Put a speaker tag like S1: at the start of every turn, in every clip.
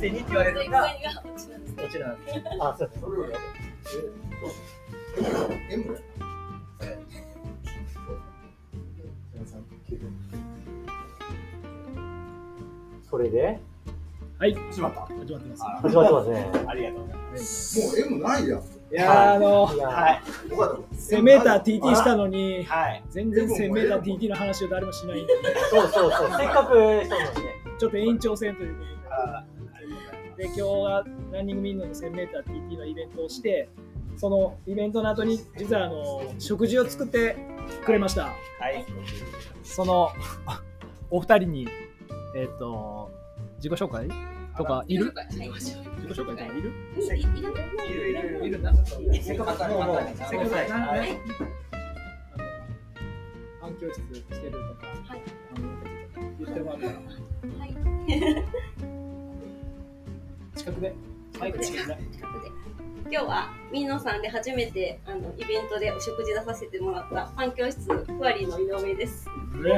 S1: てにって言われるのが
S2: 正解が落ちなんですね。
S1: こちらなんです。あ、そうです。
S3: それをやる。M。
S1: それで
S4: はい
S3: 始まった。
S4: 始まってます。
S1: 始まってますね。
S3: ありがとうございます。
S4: も
S3: もう M ないやん。
S4: いや
S1: いや
S3: はい。
S4: 1000m TT したのに
S3: はい。
S4: 全然 1000m TT の話を誰もしないんで、
S1: そうそうそう。せっかくそうなんで。
S4: ちょっと延長戦ということ
S3: ありがとうございます。
S4: で、今日はランニングミンノの 1000m TT のイベントをして、そのイベントの後に実は食事を作ってくれました。
S3: はい。
S4: そのお二人に自己紹介とかいる？自己紹介とかいる？
S3: いるな。せっかく
S1: もう
S3: せっかくはい。
S4: 反響室してるとか、言ってもらったら近くでマイク近くで。
S2: 今日はミノさんで初めてイベントでお食事出させてもらったファン教室ふわりの井上です。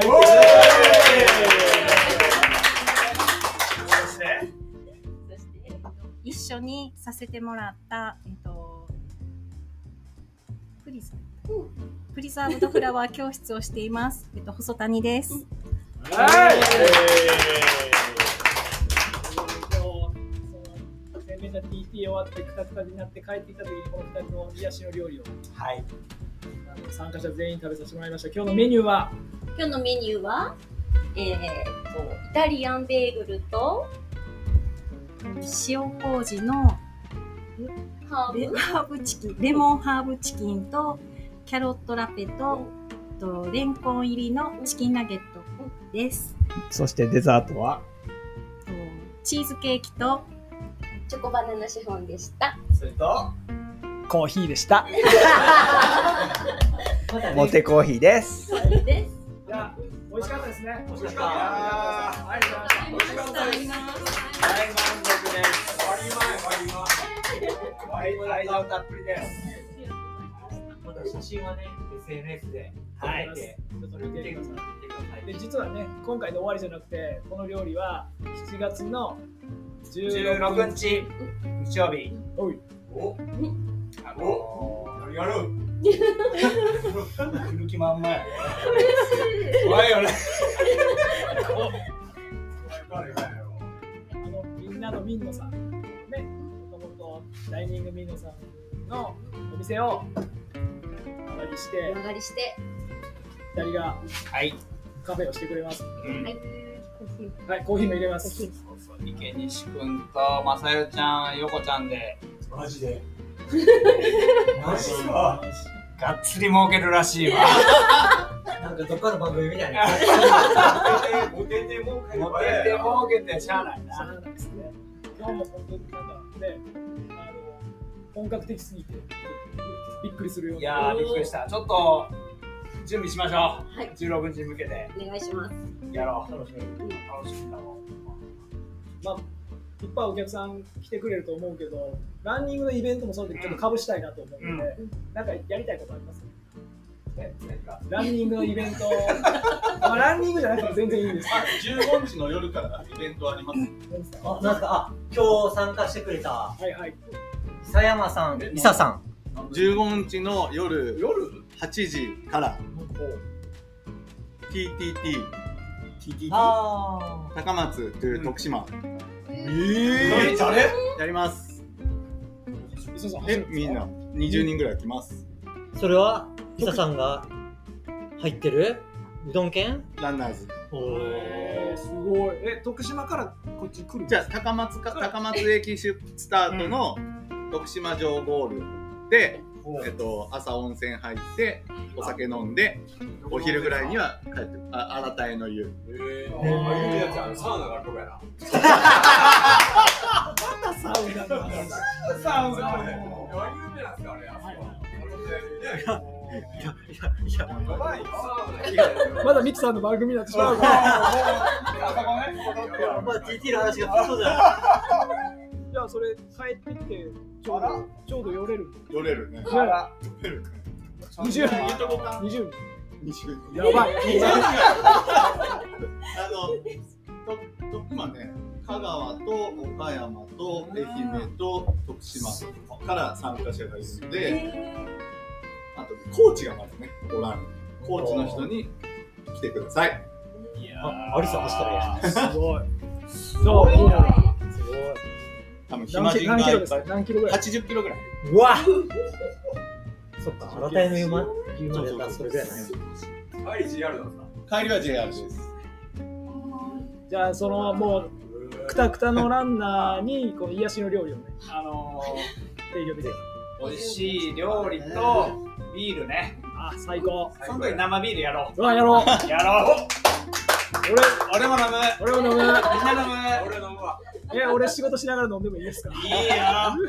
S3: そして
S5: 一緒にさせてもらったプリザーブドフラワー教室をしています細谷です。
S4: はい。TT 終わってクタクタになって帰ってきた時にこの2人の癒しの料理を、
S3: はい、
S4: 参加者全員食べさせてもらいました。今日のメニューは
S2: イタリアンベーグルと
S5: 塩麹の
S2: ハーブ
S5: チキン、レモンハーブチキンとキャロットラペとレンコン入りのチキンナゲットです。
S4: そしてデザートは
S5: チーズケーキと
S2: チョコバナナシフォンでした。
S3: それと
S4: コーヒーでした。
S3: モテコーヒーです。
S2: それです。
S4: いや、美味しかったですね。
S1: 美味しかった。
S4: はい、
S3: 大満足です。愛情たっぷりです。
S1: また写真はね、SNS で
S4: はい。
S1: 見て
S4: ちょっと見てください。で、
S1: で
S4: 実はね、今回で終わりじゃなくて、この料理は7月の
S3: 16日日曜日。
S4: おい。
S3: 何やる？来る気満々や。怖いよね。
S4: みんなのミンノさんね、もともとダイニングミンノさんのお店を間借りして2人がカフェをしてくれます。はい、コーヒーも入れます。
S3: 池西くんとまさよちゃん、よこちゃんで
S1: マジで
S3: がっつり儲けるらしいわ。
S1: なんかどっかの番組みたいな。
S3: モテて儲けてしゃあないな。
S4: 今日も本当になんかね、本格的すぎてびっくりするような。
S3: いやー、びっくりした。ちょっと準備しましょう。
S2: はい、
S3: 16日に向けて
S2: お願いします。
S3: やろう。
S1: 楽しみ
S3: だもん。
S4: まあ、いっぱいお客さん来てくれると思うけど、ランニングのイベントもその時ちょっとかぶしたいなと思うので、なんかやりたいことあります？ランニングのイベント、まあ、ランニングじゃなくても全然いいんですけど。
S6: 15日の夜からイベントあります。
S1: なんですか、今日参加してくれた
S4: はいはい。
S1: 久山さん、伊佐さん。
S6: 15日の夜8時からTTT 高松という徳島
S3: 誰？
S6: やります。みんな20人ぐらい来ます。
S1: それは伊佐さんが入ってるうどん県
S6: ランナーズ。
S4: すごい。徳島からこっち来る？
S6: じゃあ高松駅スタートの徳島城ゴールで、朝温泉入ってお酒飲んでお昼ぐらいには帰って新田への湯。
S3: サウナがあるとこやな。
S4: またサウナが。
S3: サウナ。有名なんですかあれ。
S4: まだミキさんの番組になってしまうから。
S1: まあ TT の話がそうだ。
S4: じゃあそれ帰ってきてちょうど寄れる。
S6: 寄れるね。
S4: 20人。
S6: やばい。今ね、 香川と岡山と愛媛と徳島から参加者がいるので、あとコーチがまだねおらん。コーチの人に来てください。
S3: いや
S1: あ、アリさん走ったらや。
S4: すごい。
S1: す
S4: そう、
S1: ごい。
S6: 多分暇人がいっぱい。
S4: 何キロぐらい
S6: 80キロぐらい。
S1: うわ。そっか、新たに言うまでだそれぐらいない。
S3: 帰り JR だった
S6: 帰りは JR です。
S4: じゃあそのもうクタクタのランナーにこの癒しの料理をね提供できる。
S3: 美味しい料理とビールね。
S4: あ、最高。
S3: その時生ビールやろう。
S4: うわ、やろう。
S3: やろう。俺も飲む。
S4: 俺も飲む。
S3: みんな飲む。俺飲むわ。
S4: 俺仕事しながら飲んでもいいですか？
S3: いいよ。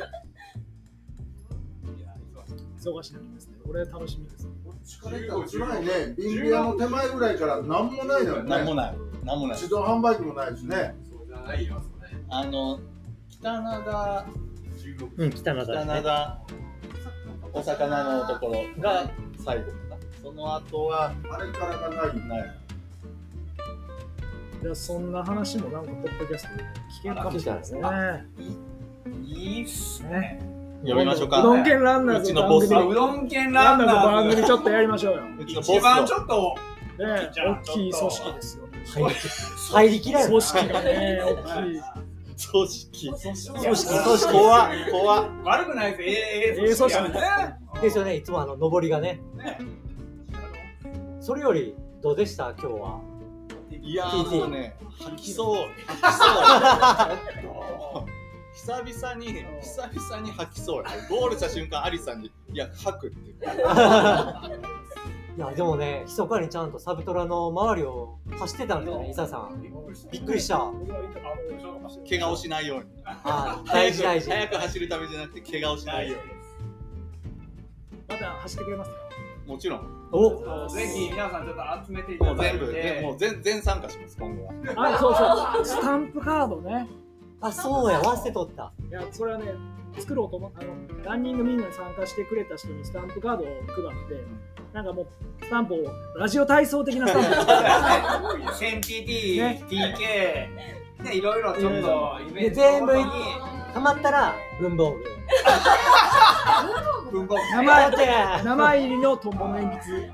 S4: 忙しいですね。俺楽しみです。
S7: つらいね。ビンビアの手前ぐらいからなんもないのよね。
S6: なんもない。なんもない。
S7: 自動販売機もないしね。
S3: そうじゃないよ。
S6: 北灘。
S1: 北灘。
S6: お魚のところが最後かな。その後は
S7: あれからがない。
S4: じゃあそんな話もなんかポッドキャストで聞けるかもしれないですね。
S3: いいっすね。
S6: 呼びましょうか。
S4: うどん県ランナーズの番組。
S3: うどん県ランナーズの
S4: 番組ちょっとやりましょうよ。
S3: 一番ちょっと
S4: 大きい組織ですよ。
S1: 入りきらない。
S4: 組織がね、大きい。
S6: 組織。
S1: 怖。
S3: 悪くないです。
S4: 組織
S1: ですよね。いつも上りがね。それよりどうでした今日は？
S6: いやーね、吐きそう。久々に吐きそう。ゴールした瞬間アリさんにいや吐くって言って。
S1: いやでもね、密かにちゃんとサブトラの周りを走ってたんだよね、伊佐さん。びっくりした。
S6: 怪我をしないように。
S1: 大事。
S6: 早く走るためじゃなくて怪我をしないように。
S4: また走ってくれますか？
S6: もちろん。
S3: ぜひ皆さんちょっと集めていただいて。
S6: もう全参加します今後は。
S4: あ、そう。スタンプカードね。
S1: あ、そうや、忘れとった。
S4: いや、それはね、作ろうと思って、ランニングみんなに参加してくれた人にスタンプカードを配って、なんかもうスタンプをラジオ体操的なスタンプを
S3: セン TT、TK、ね、いろいろちょっとイベント
S1: 全部ハマったら文房具。
S4: 名前入りのトンボの鉛筆。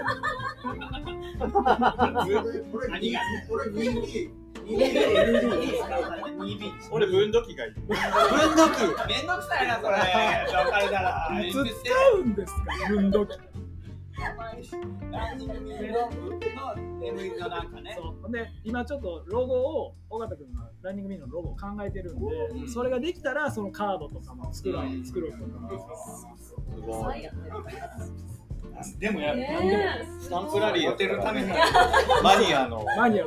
S6: 俺分度器がいい。
S1: 分度器。
S3: めんどくさいなそれ。分かれたら。
S4: いつ使うんですか分度器。そうで今ちょっとロゴを尾形君がランニングミーのロゴを考えてるんで、それができたらそのカードとかも作ろうと思います。
S3: でもやる。
S6: スタンプラリーやってるためにマニアの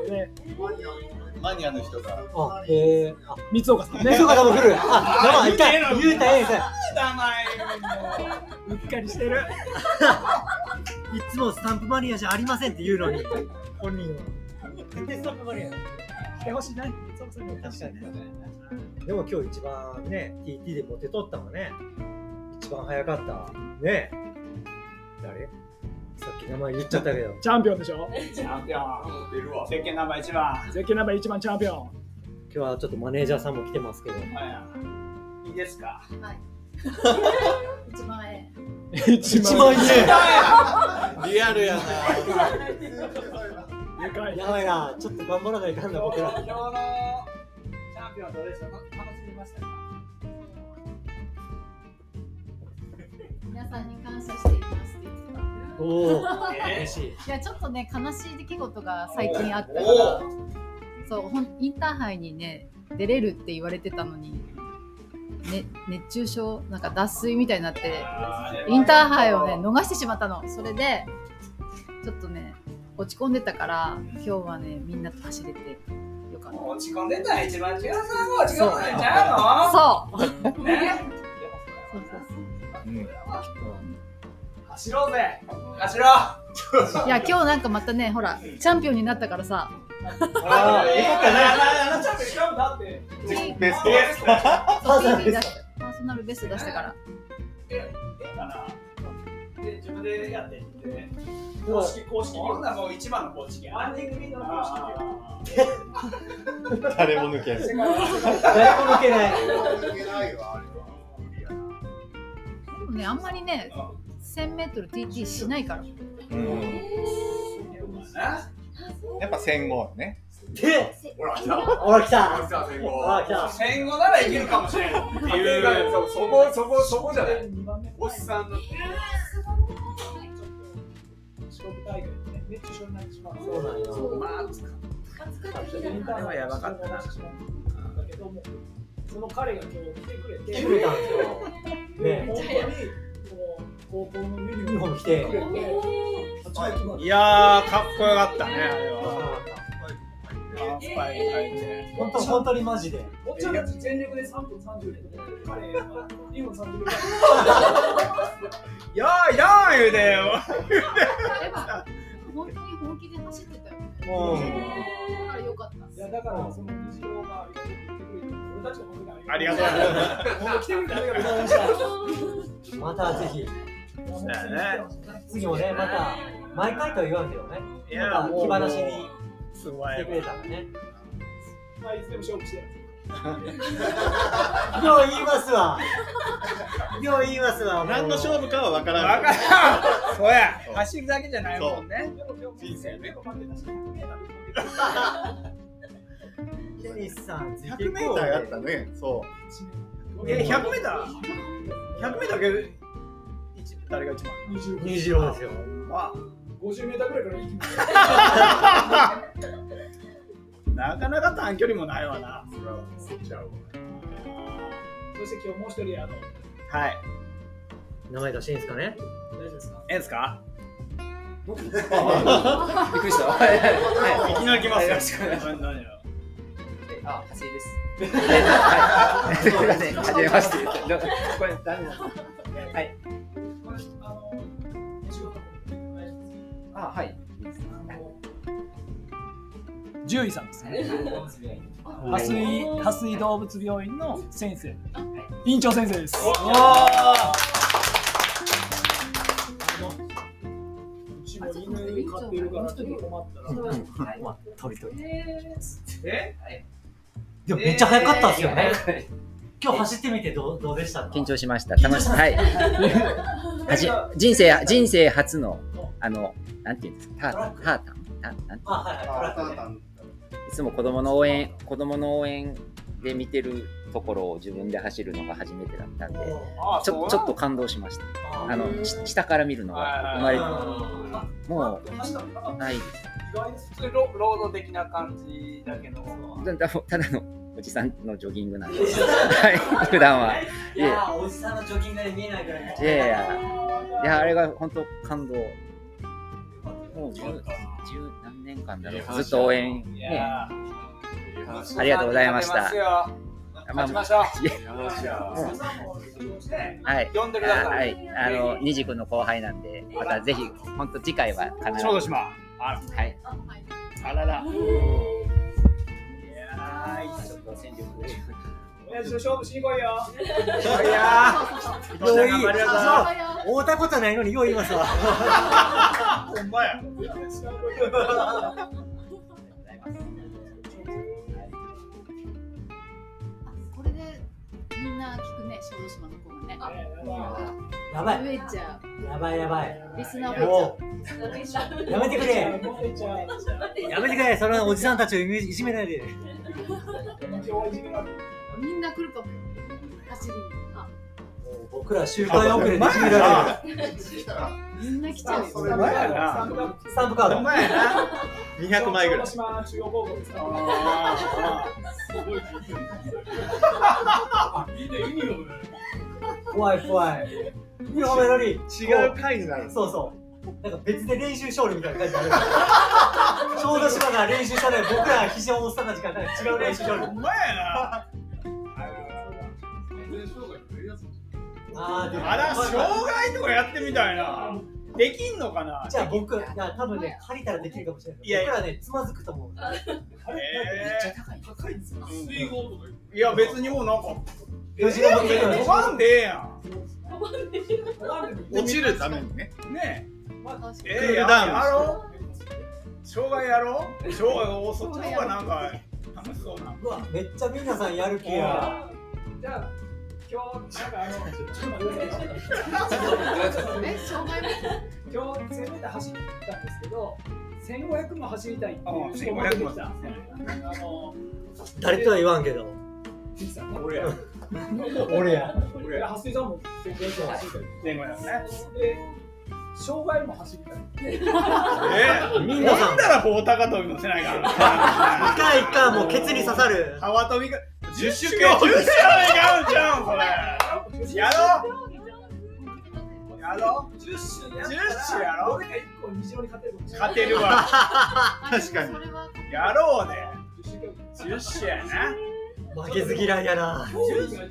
S6: 人が。
S4: 三岡さんね。
S1: 三岡さんも来る。あ、名前言うたええさ。
S3: 名前
S4: うっかりしてる。
S1: いつもスタンプマニアじゃありませんって言うのに、本人は。絶対スタンプマニア。
S4: してほしいね。
S1: 確かに。でも今日一番ね、TT でモテとったのね。一番早かったね。誰？さっき名前言っちゃったけど。
S4: チャンピオンでしょ？
S3: チャンピオン。出るわ。ゼッケンナンバー1番。
S4: ゼッケンナンバー1番チャンピオン。
S1: 今日はちょっとマネージャーさんも来てますけど。
S3: いいですか？
S2: はい。1万円。
S1: 1万円。
S6: リアルやな。
S1: やばいな。ちょっと頑張らないかんな僕ら。
S3: 今日のチャンピオンどうでした？楽しみましたか？
S8: 皆さんに感謝していますって言ってた。
S1: おお、嬉しい。
S8: いやちょっとね悲しい出来事が最近あったから、そうインターハイにね出れるって言われてたのに、ね、熱中症なんか脱水みたいになってインターハイをね逃してしまったの。それでちょっとね落ち込んでたから今日はねみんなと走れてよかった。
S3: 落ち込んでたら一番違うさんも落ち込んでんちゃうの？
S8: そう。
S3: ね。
S8: そう。
S3: 走ろうぜ。走ろう。
S8: いや今日なんかまたねほらチャンピオンになったからさ。
S3: ああ、よかったね。チャンピオンしかもだって。
S6: ベスト。
S8: そう PB 出したパーソナルベスト出したから。
S3: かな。で自分でやってって。
S4: 公式
S3: ほんならもう一番の公式やな。
S4: ランニングミーの公式
S6: 誰も抜けん。
S1: 誰も抜けない。
S8: でもね、あんまりね、1000m TT しないから。
S6: やっぱ戦後ね。
S1: で、
S3: ほら来た。
S1: ほら来た。
S3: 戦後ならいけるかもしれないっていう。そこじゃない。おっさんの。
S4: 四国大会でね、熱中症になってしまう。
S1: そうなんよ。
S3: まあ、
S4: インターハイやばかったな。だけども、その彼が今日来てくれて、
S1: 来てくれたんですよ。ね、
S4: 本当に高校のユニフォーム
S1: 着て。
S3: いやー、かっこよかったね、あれは。スパイク履いて。
S1: 本当にマジで。
S4: おっちゃんたち全力で3分30秒で、彼は2分30秒。
S3: やー言うてよ。
S8: やっぱ本当に本気で走ってたよね。あれ良かった。
S4: いやだからその虹郎が言ってくれて、俺たちも本当に
S3: ありがとうございます。
S4: もう来てくれてありがとうございました。
S1: またぜひ。次もね、また毎回とは言わんけどね。また気晴らしにしてくれたらね。
S4: まあいつでも勝負して。
S1: よう言いますわ。よう言いますわ。
S6: 何の勝負かは分からない。
S3: そうや。走るだけじゃないもんね。
S4: 人生ね。
S1: テニスさん、
S6: 100mやったね。そう。
S3: 100m けど誰が一番
S1: 20郎ですよ。
S3: まあ
S4: 50mぐらいから行きます。
S3: なかなか短距離もないわな。
S4: そして今日もう一人
S3: はい。
S1: 名前出していいんですかね。
S4: 大丈夫ですか。
S3: ええですか。
S9: びっくりした。
S3: いきなり来ますよ。
S9: よろしくお願いします。あ、はじめです。はい。すみません。はじめまして。これダメだ。はい。あ、はい。
S4: 獣医さんですね。蓮井動物病院の先生、院長先生です。うちも犬飼ってるからちょっと困ったら、
S1: 鳥。でもめっちゃ早かったですよね。今日走ってみてどうでしたか。
S9: 緊張しました。楽しい。はい。人生初のなんていうんですか、タータン。いつも子供の応援で見てるところを自分で走るのが初めてだったんで、ちょっと感動しました。下から見るのが生まれてもうないです。
S3: 普通ロード的な感じだけど、
S9: ただのおじさんのジョギングなんです。はい、普段は。
S1: いや、おじさんのジョギングで見えないぐらい。
S9: いや、あれが本当感動。もう十何年間だろう、ずっと応援ね。ありがとうございました。
S3: 待ちましょう。
S9: はい。
S3: 呼んでください。
S9: はい。ニジ君の後輩なんで、またぜひ本当次回は必ず。
S3: 小豆島。
S9: はい。
S3: あらら。
S9: ちょっと戦力で。
S4: 親父と勝負しに来いよ。
S1: いやー、よういい。会うたことないのによう言いますわ。
S3: ほんまや。
S8: これでみんな聞くね、小豆島の子がね。
S1: やばい。
S8: 増えちゃう。
S1: やばい。
S8: リスナー増えちゃう。
S1: やめてくれ。やめてくれ。そのおじさんたちをいじめないで。
S8: みんな来るかも。走りに。
S1: 僕ら周回遅れでいじめられる。
S8: みんな来ちゃうよ。
S1: スタンプカード。
S6: 200枚ぐらい。
S1: 怖い。いや、お前何？違
S6: う回になる。
S1: そう。なんか別で練習勝利みたいな感じになる。小豆島が練習したのに僕ら非常おっさんたちが違う練習勝利。
S3: ほんまやな。
S1: あ
S3: ら、障害とかやってみたいな。できんのかな。
S1: じゃあ僕、多分ね、借りたらできるかもしれない。いや、僕らね、つまずくと思う。めっ
S3: ちゃ高いんですよ。水郷とか。いや、別にもうなんか。飛ばんでええやん。
S6: 落ちるためにね。
S3: ねえ。 やろう。障害やろう。障害をそっちの方がなんか楽しそうな。
S1: うわ、めっちゃ皆さんやる気や。
S4: じゃあ今日なんかちょっと待ってください。
S8: 障害
S4: 今日1000m走ったんですけど、1500も走りたいっていう人も出てきた。
S1: 誰とは言わんけど。
S3: 俺や。
S1: 俺や。
S4: 蓮井さんも1500走りたい。
S3: 1500ね。
S4: で障害も走りたい。
S1: みんなさん
S3: だら棒高跳びもせないから。
S1: 一回もうケツに刺さる。
S3: 幅跳びが10周やないかんじゃんそれ。やろう。やろう。10周やろう。
S4: 俺が1個2乗に勝てるかもしれない。
S3: 勝てるわ。
S6: 確かに。
S3: やろうね。10周やな。
S1: 負けず嫌いやな。負けず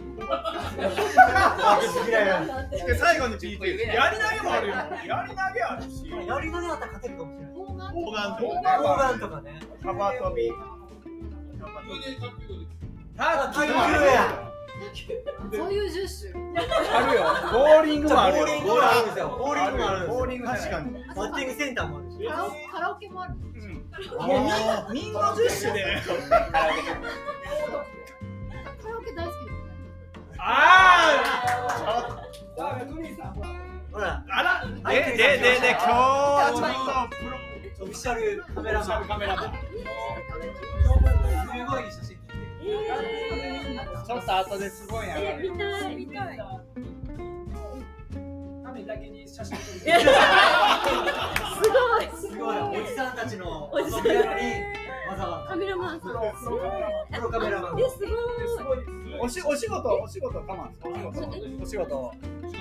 S1: 嫌いやな。
S6: 最後に PT
S3: やり投げもあるよ。やり投げあるし。
S1: やり投げだったら勝てるかもしれない。
S6: 砲丸
S1: 砲丸とかね。
S3: 幅跳び。
S1: 卓球や。
S8: そういう10種
S3: あるよ。ボーリングもあるよ。
S1: ボーリングもあるんですよ。ボーリングもあるんですよ。
S3: ボーリング
S6: 確かに。
S1: バッティングセンターもあるし。
S8: カラオケもある。
S3: みんな10種で。
S8: カラオケ大好きです。
S1: ほら。
S3: あら。で今日はちょっとプロ
S1: オフィシャルカメラマン。
S3: カメラマン。
S1: すごい写真。
S3: ちょっと後ですごいやね。
S2: 見たい見たい。
S4: 雨だけに写真撮る。
S1: すごい。おじさんたちの遊びやのにわざわざ
S2: カメラマンさん。
S1: プロカメラマン。
S2: すごい。
S3: お仕事我慢。お仕事。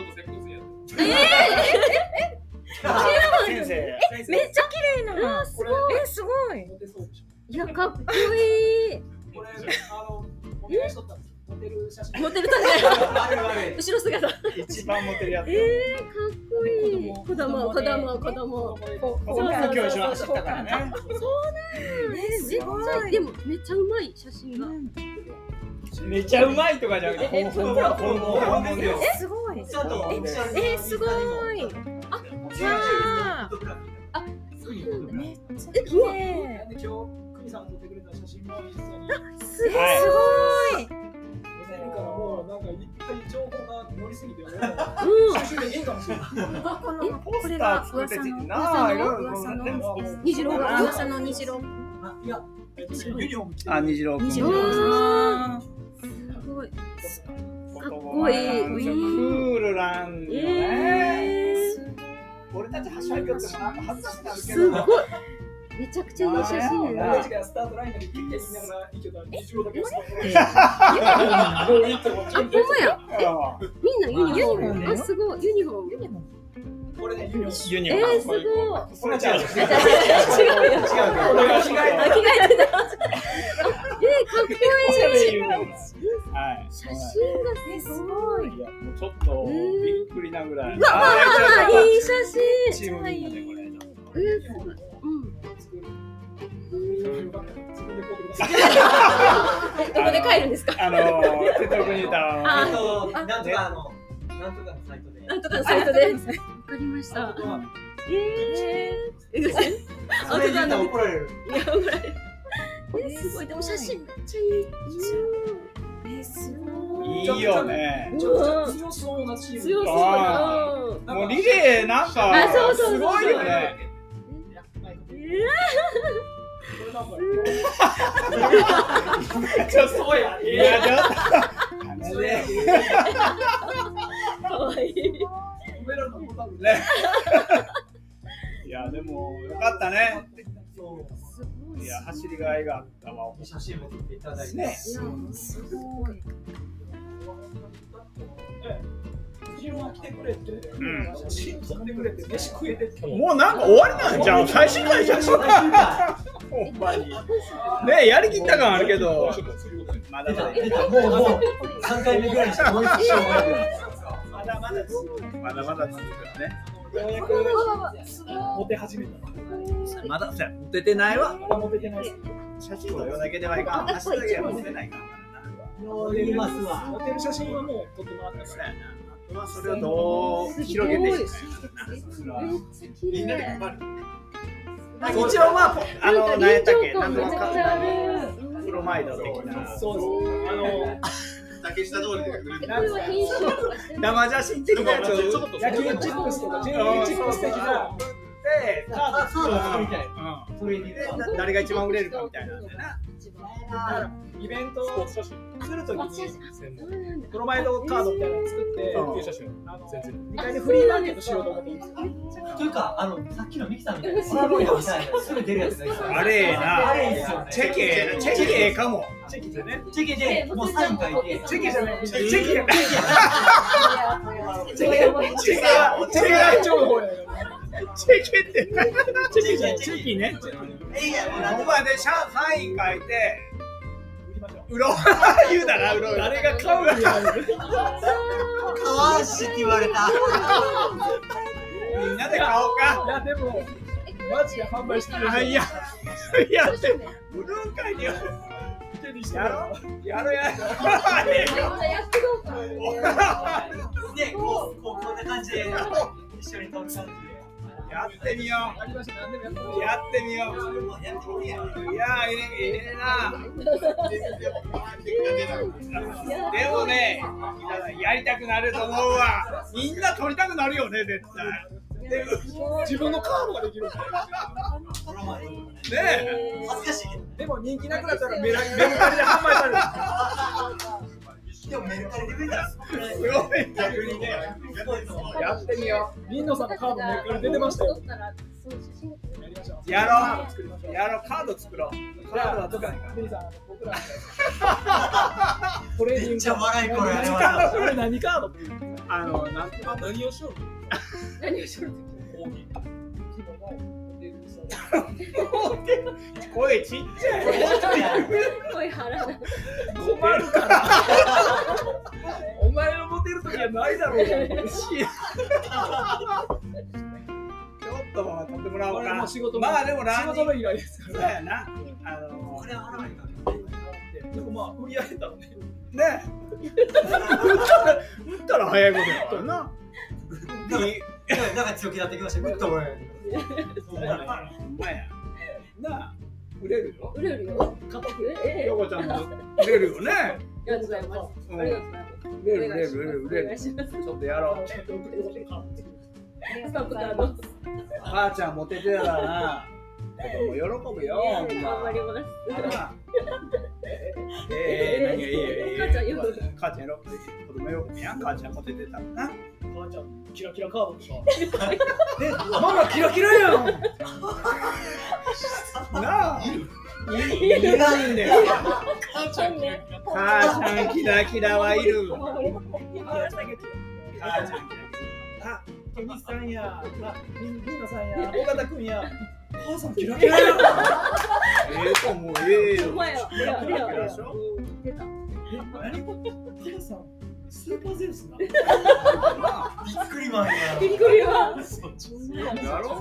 S3: 先生。
S2: めっちゃ綺麗な。すごい。すごい。いやかっこいい。
S4: これお願いしとったんです。モテる写真。
S2: モテるたね。後ろ姿。
S3: 一番モテるやつ。
S2: かっこいい。子供。
S3: 子供今日一緒に走ったからね。
S2: そうなん絶対でもめっちゃうまい写真が。
S3: めっちゃうまいとかじゃなくて本物
S2: すごい。
S1: ちゃんと
S2: すごい。あ、そうなんだね。綺麗。
S4: 今日クミさんが撮ってくれた写真も一緒に。
S2: すごい。
S4: からもうなんかいっぱい情報が乗りすぎて、収集できんかもしれない。
S2: これが噂の虹郎が噂の虹郎。
S4: いや、ユニフォーム着て
S3: る。虹郎君。
S2: すごい。かっこいい。
S3: クールなんよね。俺たちはしゃぎよってもなんか恥ずかしくなるけど。
S2: すごい。めちゃくちゃいい写真。
S4: 俺たちがスタートラインまでキッキ言いながらいいけど、虹郎だけは
S2: みんなユニフォーム。あ、すごい。ユニフォーム。
S4: これね、ユニフォーム。
S2: すごい。
S4: これ違う。違う。
S2: 俺が着替えてた。かっこいい。写真がすごい。
S3: いや、もうちょっとびっくりなぐらい。
S2: いい写真。
S3: チームみんなでこれ。
S2: どこで帰るんですか。
S3: 手と国だ。
S1: なんとかのサイトで。
S2: なんとかのサイトで。わかりました。
S1: それ言ったら怒られる。
S2: いや怒られる。すごい。でも写真めっちゃいい。すごい。
S3: いいよね。
S4: 強そうなチーム。
S2: 強そう。
S3: もうリレーなんかすごいよね。
S4: ちょっとそうや。
S3: いやちょっと。
S2: かわいい。
S3: いやでもよかったね。いや走りがいがあったわ。
S1: 写真も撮っていただいて。
S2: ね。すごい。
S4: 辻郎が来てくれて、写真撮ってくれて、飯食えてって。
S3: もうなんか終わりなんじゃん。最新回じゃん。ほんまに。ねやりきった感あるけど。まだまだ。
S1: もう3回目ぐらいにしてもう一生
S3: まだまだ続くよね。
S4: ようやくモテ始めた。
S3: まだモテてないわ。
S4: まだモテてないです。
S3: 写真撮るだけではいかん。走るだけはモテないからな。
S1: 言いますわ。
S4: モテる写真はもう撮ってもらったから。
S3: まあそれをどう広げていくかみんなで頑張る。一応まあ何やったっけ、なんとかプロマイド的な。
S4: そうです。
S6: 竹下通りで
S3: 生写真的なやつを
S4: 野球チップスとか JA チップス的な
S3: で
S1: カード作りたい。
S3: それで誰が一番売れるかみたいなんだよな。
S4: イベントをするときにプロマイドカードみたいなの作って2階でフリーマーケットしようと思ってるんですよ。
S1: というかさっきのミキさんみたいなコラボイドみたいなすぐ出るやつがいいですよね。
S3: あれな。
S1: あれいいですよね。
S3: チェケかも。
S4: チェキでね。
S1: チェキでもうサイン書いて。
S4: チェキじゃない。チェキ
S3: チェ
S4: 超方や。
S3: チェキってチェキね。ここまでサイン書いて売ろう言うたら売ろう。
S4: 誰が買うんや。
S1: かわしって言われた。
S3: みんなで買おうか。
S4: いやでもマジで販売してる。
S3: いや売るんかいよ。やろうや。
S1: でこんな感じで一緒に撮る感じで。
S3: やってみよう。やってみよう。いやええな。でもね、やりたくなると思うわ。みんな撮りたくなるよね、絶対。
S4: 自分のカードができる。
S3: ね
S1: え。恥ずかしいけど。
S4: でも人気なくなったらメルカリで販売される。
S1: でもメルカリで売れたらすご
S3: い。逆にね。やってみよ
S4: う。リンノさんのカードメルカリ出てましたよ。
S3: やろう。カード作ろう。カードはどこにか。
S4: 僕ら。これ
S1: めっちゃ笑いこれ。
S4: これ何カード？
S3: 何をしよう。声ちっちゃい。
S2: 声張らない。
S4: 困るから。お前のモテるときはないだろうが。ちょっ
S3: と待ってもらおうか。
S4: ま
S3: あでも仕
S4: 事の依頼ですから。
S3: そうやな。
S1: これは払わないから。
S4: でもまあ売り上げたのね。
S3: ね。売ったら早いことやったな。
S1: なんか強気になってきました。グッと
S3: なあ、売れるよ。
S2: 売れるよ。
S3: ヨコちゃんも売れるよね。
S2: ありがとうございます。ありがとうございます。
S3: 売れる。ちょっとやろう。
S2: スタンプカード。
S3: 母ちゃんモテてたらな。子供喜ぶよ。
S2: 頑張ります。
S3: 母ちゃん喜ぶ。子供喜ぶやん。母ちゃんモテてたらな。
S4: 母ちゃんキラキラカードでしょ。ママキラキラやん。
S3: なあ。いないんだよ。母ちゃんキラキラはいる。
S4: 母ちゃんキラキラ。あ、ケミさんや、みんなさんや、尾形くんや。母さんキラキラやん。
S3: もうええよ。
S2: お前よ。
S3: キラキラでしょ。
S2: 出た。
S4: 何？母さん。スーパーゼウスな。
S1: びっくりマンや。
S2: びっくりマン。
S3: やろう。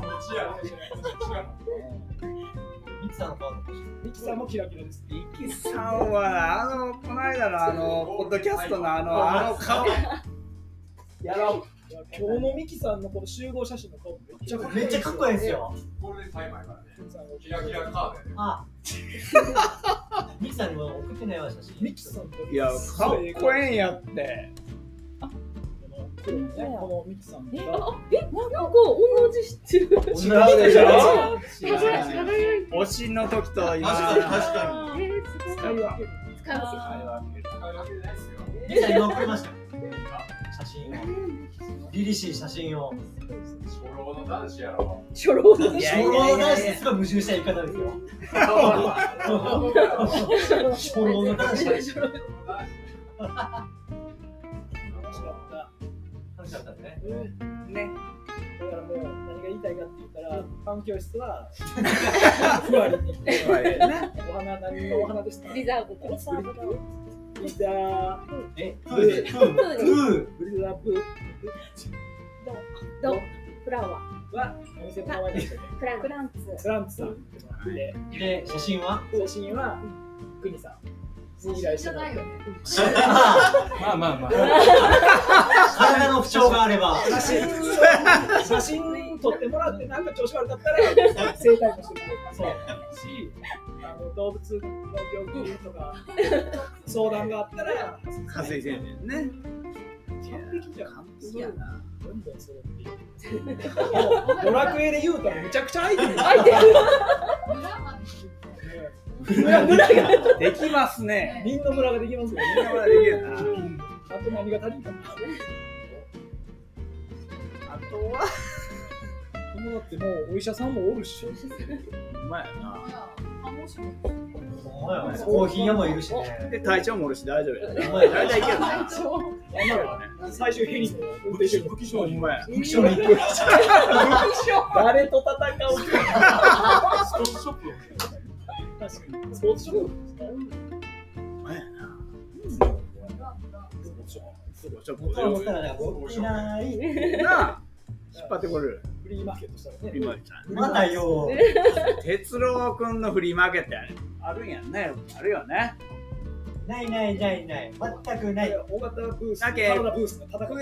S1: ミキさんのカード。
S4: ミキさんもキラキラです。
S3: ミキさんはこの間のポッドキャストの顔。やろう。
S4: 今日のミキさんのこの集合写真の顔
S1: めっちゃかっこいいですよ。
S10: これでタイマーからね。キラキラカードやね。
S1: あ。ミキさんにも送ってないわ写真。
S4: ミキさんと。
S3: いや、かっこええんやって。
S4: このミキさんが。
S2: なんか同じ知ってる。
S3: 違うでしょ。推しの時と今。
S1: 確かに。
S2: 使い分ける。
S1: ミキさん今送りました。写真を。凛々しい写真を。
S10: 初老の男子やろ。
S2: 初老の
S1: 男子ですごい矛盾した言い方ですよ。初老の男子。楽しかったね。
S4: だからもう何が言いたいかって言ったら、パン教室はふわりに。お花何のお花でした？
S2: リザーブと。
S4: リザーブ。
S1: ブリザーブ。
S2: ドフラワ
S4: ーはお店の名前でしたね。
S2: クランツ
S4: さん
S1: で写真は
S4: グニさん。 依頼してないよね。
S3: まあまあまあ。
S1: 体の不調があれば。
S4: 写真撮ってもらって、なんか調子悪かったら、整体もしてくれる。そう。し、動物の病気とか、相談があったら、
S3: 加水先生ね。
S4: 完璧じゃん。完璧やな。どんどん揃っていく。ドラクエで言うたらめちゃくちゃ空いてる。村が
S3: できますね。
S4: みんな村ができますよね。
S3: みんな村できるな。
S4: あと何が足りんかな。
S3: あとは
S4: もうだってもうお医者さんもおるし。
S3: うまいな。
S1: コーヒー屋もいるしね。
S3: で体調もおるし大丈夫や。
S1: 大
S3: 体いけるな。
S4: 最終ヘリの運転手の副将に。
S1: 副将に行く。
S4: 誰と戦う？スポーツショップ。確かにスポーツショップ。
S3: 前やな。
S1: ちょっと思ったらね、いない。
S3: なあ、引っ張ってこれる。
S4: フリーマーケットしたらね。
S3: フリーマーケット。
S1: またよ。
S3: 哲郎くんのフリーマーケットやね。あるんやね。あるよね。
S1: ないないないない。全くない。
S4: 大型ブース。
S3: だけ9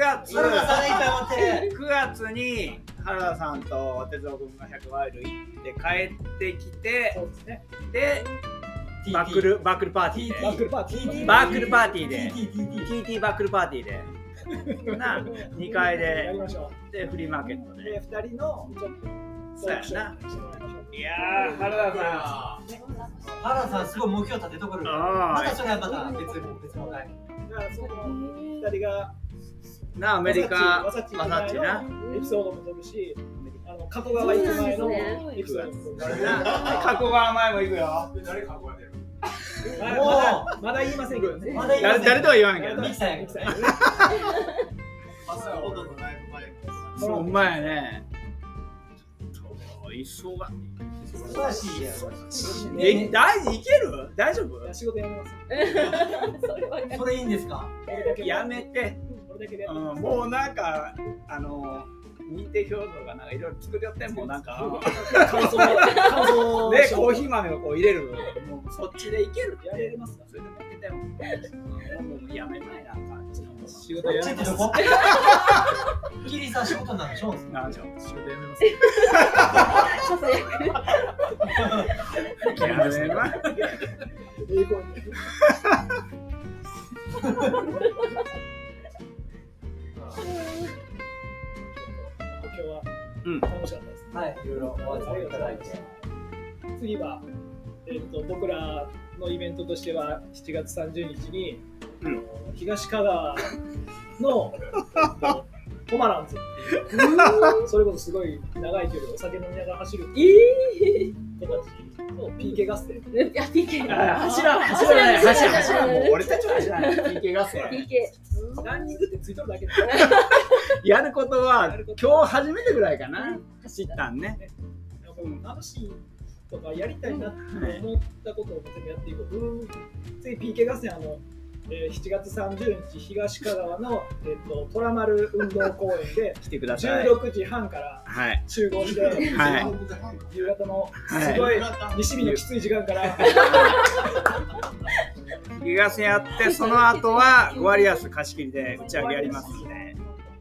S3: 月に原田さんと哲郎くんが100ワイル行って帰ってきて、でバックルパーティーで、バックルパーティーで、TT バックルパーティーで、な2階ででフリーマーケットで、
S4: 2人の
S3: そうやな。いやー、原田
S1: さんすごい目標立てところ。またそれはまた別の回。
S4: だからその2人が
S3: なアメリカ
S4: ワサッチなエピソードも撮るし、加古川行く前のエピソードも撮る。
S3: 加古川前も行くよ。
S10: 誰加古川出る？
S4: まだ言いませんけどね。
S3: 誰とは言わんけど。
S1: ミキさんや。
S3: そううまいね。忙しいやろ。いける？大丈夫？
S4: 仕事やめます。
S1: それいいんですか？
S3: やめて。もうなんか認定表とかなんかいろいろ作りよってもなんか
S4: 感想
S3: でコーヒー豆をこう入れるもうそっちでいける
S4: やれますか？
S3: それでもいけたよ。もうやめないなんか
S4: 仕事やめます。
S1: キリさん仕事なんでしょう？
S3: なんでしょう。
S4: 仕事やめます。
S3: やめます。
S4: 今日は楽しかったです。
S1: はい、いろいろお集まりいただいて。
S4: 次は、僕らのイベントとしては7月30日に、東香川のトマランズっていう、それこそすごい長い距離をお酒飲みながら走る子たちと PK 合戦。
S2: いや PK
S3: 走らないもう俺たちは走らない PK 合戦。
S4: ランニングってついとるだけで
S3: やることは今日初めてぐらいかな。走ったんね。
S4: 楽しいとかやりたいなって思ったことを全部やっていこう。次 PK 合戦7月30日東香川の虎丸運動公園で
S3: 来てください。
S4: 16時半から集合して、夕方のすごい西日のきつい時間から
S3: 東やってその後はゴアリアス貸し切りで打ち上げやりますので。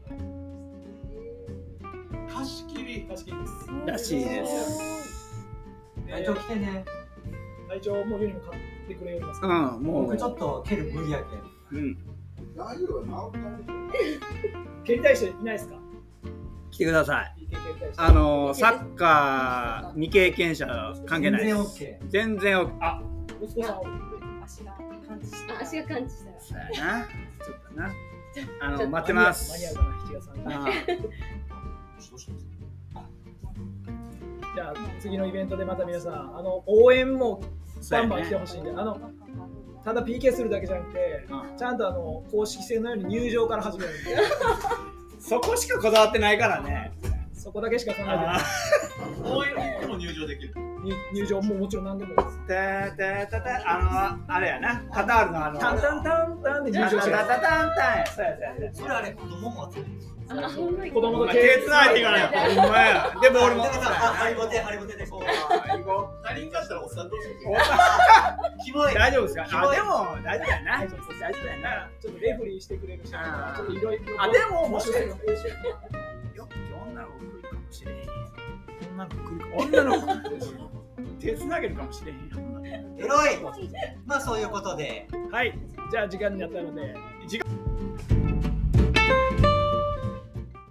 S10: 貸し切り
S4: です。
S3: らしいです。
S1: 隊長来てね。
S4: 隊長もユニも買ってくれよります。
S3: もう
S1: 僕ちょっと蹴る無理やけん。
S7: 大丈夫な。
S4: 蹴りたい人いないですか？
S3: 来てください。サッカー未経験者関係ないです。全然 OK。あ、
S4: 息子さん
S2: 足が感知したら。
S3: そうやな。ちょっとな。待ってます。
S4: 間に合うかな7月3日。じゃあ次のイベントでまた皆さん応援もバンバン来てほしいんで、ただ PK するだけじゃなくて、ちゃんと公式戦のように入場から始めるんで
S3: そこしかこだわってないからね。
S4: そこだけしか考えてない。
S6: 応援でも入場できる。
S4: 入場ももちろん何でもです。
S3: あれやな、カタールの
S4: タンタンタンタンで入場してる。
S3: タンタンタン。
S1: それあれ子供も集める。
S4: 子供と
S3: 手つないでいかないよ。ほんまや。でも俺も。
S1: ハリボテでこう。
S6: 他人かしたらおっさんどうしよ
S1: キモい。
S3: 大丈夫ですか？あ、でも大丈夫だよな。大丈夫だよな。
S4: ちょっとレフリーしてくれる人ちょっといろいろ。
S3: あ、でももしかしたらよ女の子来るかもしれへん。女の子手つなげるかもしれへんよ。
S1: エロい。まあそういうことで。
S4: はい。じゃあ時間になったので。